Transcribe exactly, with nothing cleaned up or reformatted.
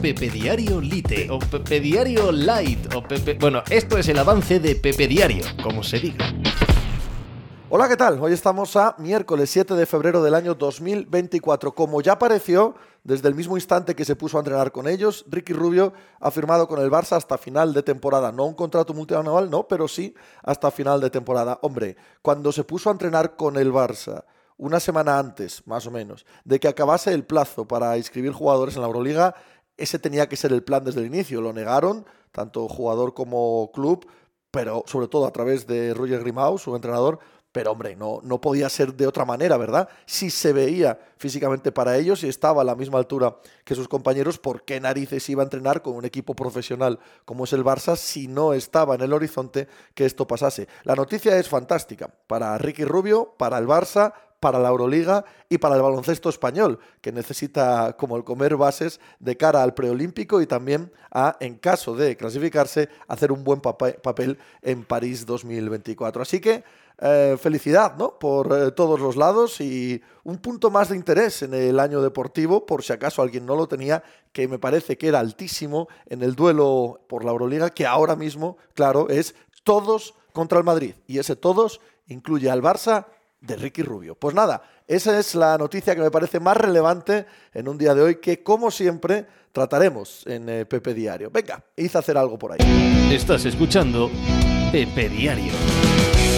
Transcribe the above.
Pepe Diario Lite, o Pepe Diario Light, o Pepe... Bueno, esto es el avance de Pepe Diario, como se diga. Hola, ¿qué tal? Hoy estamos a miércoles siete de febrero del año dos mil veinticuatro. Como ya pareció, desde el mismo instante que se puso a entrenar con ellos, Ricky Rubio ha firmado con el Barça hasta final de temporada. No un contrato multianual, no, pero sí hasta final de temporada. Hombre, cuando se puso a entrenar con el Barça una semana antes, más o menos, de que acabase el plazo para inscribir jugadores en la Euroliga, ese tenía que ser el plan desde el inicio. Lo negaron, tanto jugador como club, pero sobre todo a través de Roger Grimau, su entrenador. Pero, hombre, no, no podía ser de otra manera, ¿verdad? Si se veía físicamente para ellos y estaba a la misma altura que sus compañeros, ¿por qué narices iba a entrenar con un equipo profesional como es el Barça si no estaba en el horizonte que esto pasase? La noticia es fantástica para Ricky Rubio, para el Barça, para la Euroliga y para el baloncesto español, que necesita, como el comer, bases de cara al preolímpico y también a, en caso de clasificarse, hacer un buen papel en París dos mil veinticuatro. Así que eh, felicidad, ¿no?, por eh, todos los lados y un punto más de interés en el año deportivo, por si acaso alguien no lo tenía, que me parece que era altísimo en el duelo por la Euroliga, que ahora mismo, claro, es todos contra el Madrid. Y ese todos incluye al Barça de Ricky Rubio. Pues nada, esa es la noticia que me parece más relevante en un día de hoy que, como siempre, trataremos en eh, Pepe Diario. Venga, id a hacer algo por ahí. Estás escuchando Pepe Diario.